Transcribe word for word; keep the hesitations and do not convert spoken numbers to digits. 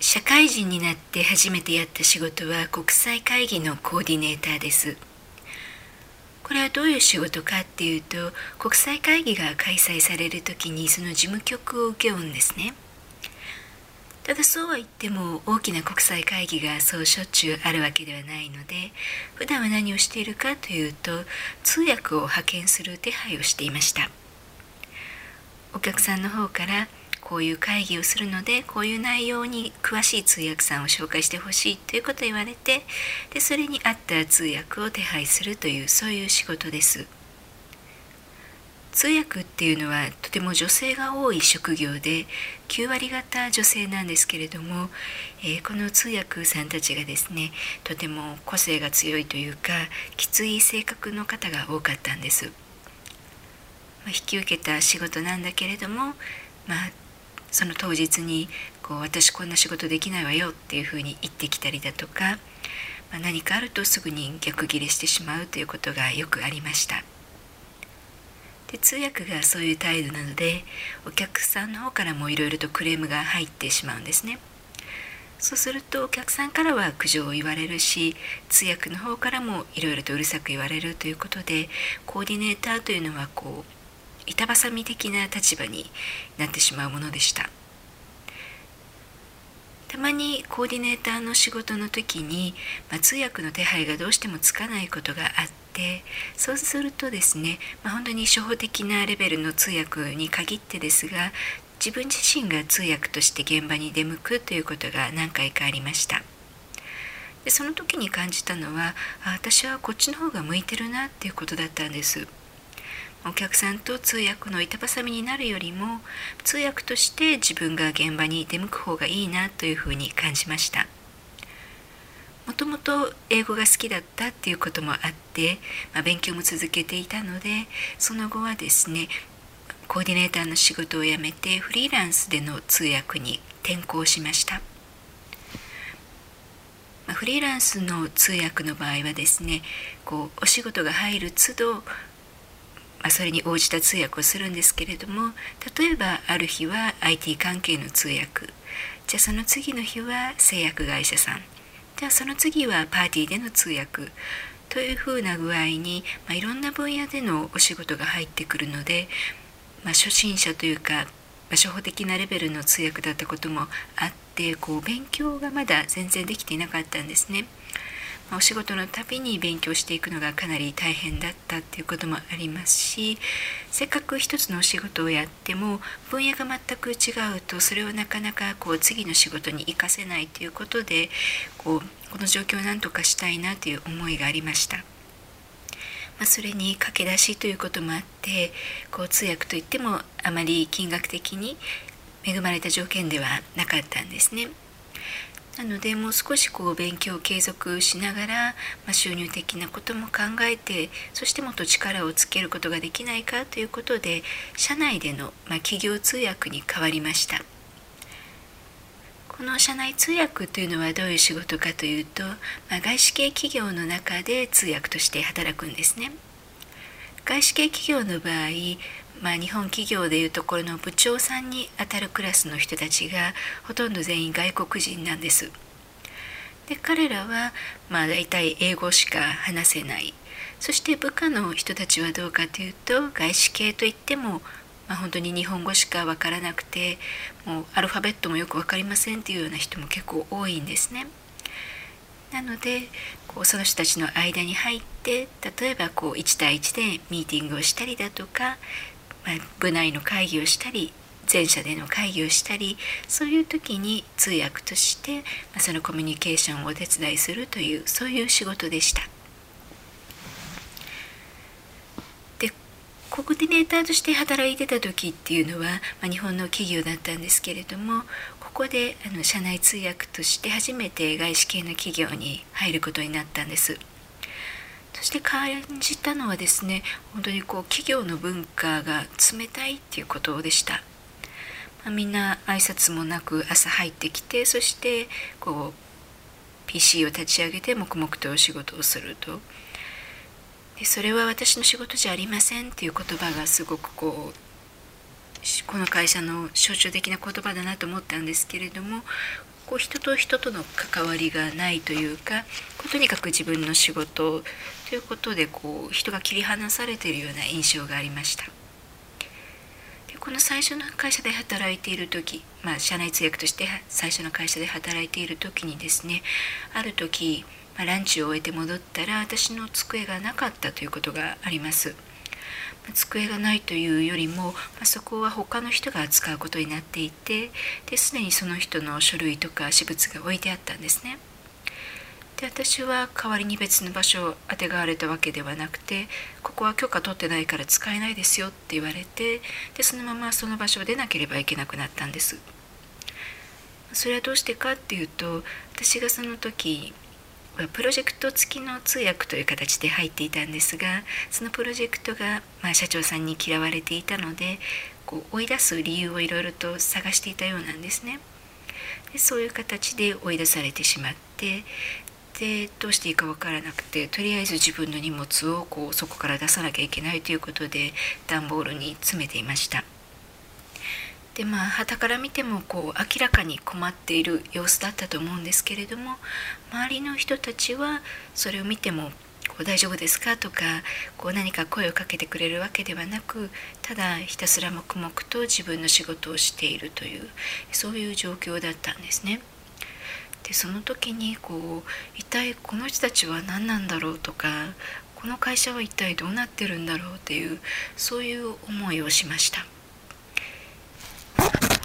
社会人になって初めてやった仕事は国際会議のコーディネーターです。これはどういう仕事かっていうと、国際会議が開催される時にその事務局を請け負うんですね。ただそうは言っても大きな国際会議がそうしょっちゅうあるわけではないので、普段は何をしているかというと、通訳を派遣する手配をしていました。お客さんの方からこういう会議をするので、こういう内容に詳しい通訳さんを紹介してほしいということを言われて、でそれに合った通訳を手配するという、そういう仕事です。通訳っていうのはとても女性が多い職業で、きゅうわりがた女性なんですけれども、えー、この通訳さんたちがですね、とても個性が強いというか、きつい性格の方が多かったんです。まあ、引き受けた仕事なんだけれども、まあその当日にこう私こんな仕事できないわよっていうふうに言ってきたりだとか、まあ、何かあるとすぐに逆ギレしてしまうということがよくありました。で通訳がそういう態度なので、お客さんの方からもいろいろとクレームが入ってしまうんですね。そうするとお客さんからは苦情を言われるし、通訳の方からもいろいろとうるさく言われるということで、コーディネーターというのはこう板挟み的な立場になってしまうものでした。たまにコーディネーターの仕事の時に、まあ、通訳の手配がどうしてもつかないことがあって、そうするとですね、まあ、本当に初歩的なレベルの通訳に限ってですが、自分自身が通訳として現場に出向くということが何回かありました。でその時に感じたのは、あ、私はこっちの方が向いてるなっていうことだったんです。お客さんと通訳の板挟みになるよりも、通訳として自分が現場に出向く方がいいなというふうに感じました。もともと英語が好きだったっていうこともあって、まあ、勉強も続けていたので、その後はですね、コーディネーターの仕事を辞めてフリーランスでの通訳に転向しました。まあ、フリーランスの通訳の場合はですね、こうお仕事が入る都度、まあ、それに応じた通訳をするんですけれども、例えばある日は アイティー 関係の通訳、じゃあその次の日は製薬会社さん、じゃあその次はパーティーでの通訳というふうな具合に、まあ、いろんな分野でのお仕事が入ってくるので、まあ、初心者というか、まあ、初歩的なレベルの通訳だったこともあって、こう勉強がまだ全然できていなかったんですね。お仕事のたびに勉強していくのがかなり大変だったっていうこともありますし、せっかく一つのお仕事をやっても分野が全く違うと、それをなかなかこう次の仕事に活かせないということで、こうこの状況を何とかしたいなという思いがありました。まあ、それに駆け出しということもあって、こう通訳といってもあまり金額的に恵まれた条件ではなかったんですね。なのでもう少しこう勉強を継続しながら、まあ、収入的なことも考えて、そしてもっと力をつけることができないかということで、社内での、まあ、企業通訳に変わりました。この社内通訳というのはどういう仕事かというと、まあ、外資系企業の中で通訳として働くんですね。外資系企業の場合、まあ、日本企業でいうところの部長さんにあたるクラスの人たちがほとんど全員外国人なんです。で彼らはまあ大体英語しか話せない。そして部下の人たちはどうかというと、外資系といっても、まあ、本当に日本語しか分からなくて、もうアルファベットもよく分かりませんというような人も結構多いんですね。なのでこうその人たちの間に入って、例えばこういち対いちでミーティングをしたりだとか、まあ、部内の会議をしたり、全社での会議をしたり、そういう時に通訳として、まあ、そのコミュニケーションをお手伝いするという、そういう仕事でした。でコーディネーターとして働いてた時っていうのは、まあ、日本の企業だったんですけれども、ここであの社内通訳として初めて外資系の企業に入ることになったんです。そして感じたのはですね、本当にこう企業の文化が冷たいっていうことでした。まあ、みんな挨拶もなく朝入ってきて、そしてこう ピーシー を立ち上げて黙々とお仕事をすると。でそれは私の仕事じゃありませんっていう言葉がすごくこうこの会社の象徴的な言葉だなと思ったんですけれども、 こう人と人との関わりがないというか、こうとにかく自分の仕事ということでこう人が切り離されているような印象がありました。でこの最初の会社で働いている時、まあ、社内通訳として最初の会社で働いている時にですね、ある時、まあ、ランチを終えて戻ったら私の机がなかったということがあります。机がないというよりも、まあ、そこは他の人が扱うことになっていて、ですでにその人の書類とか私物が置いてあったんですね。で私は代わりに別の場所をあてがわれたわけではなくて、ここは許可取ってないから使えないですよって言われて、でそのままその場所を出なければいけなくなったんです。それはどうしてかっていうと、私がその時プロジェクト付きの通訳という形で入っていたんですが、そのプロジェクトが、まあ、社長さんに嫌われていたので、こう追い出す理由をいろいろと探していたようなんですね。でそういう形で追い出されてしまって、でどうしていいか分からなくて、とりあえず自分の荷物をこうそこから出さなきゃいけないということで段ボールに詰めていました。でまあ傍から見てもこう明らかに困っている様子だったと思うんですけれども、周りの人たちはそれを見てもこう大丈夫ですかとか、こう何か声をかけてくれるわけではなく、ただひたすら黙々と自分の仕事をしているという、そういう状況だったんですね。でその時にこう一体この人たちは何なんだろうとか、この会社は一体どうなってるんだろうっていう、そういう思いをしました。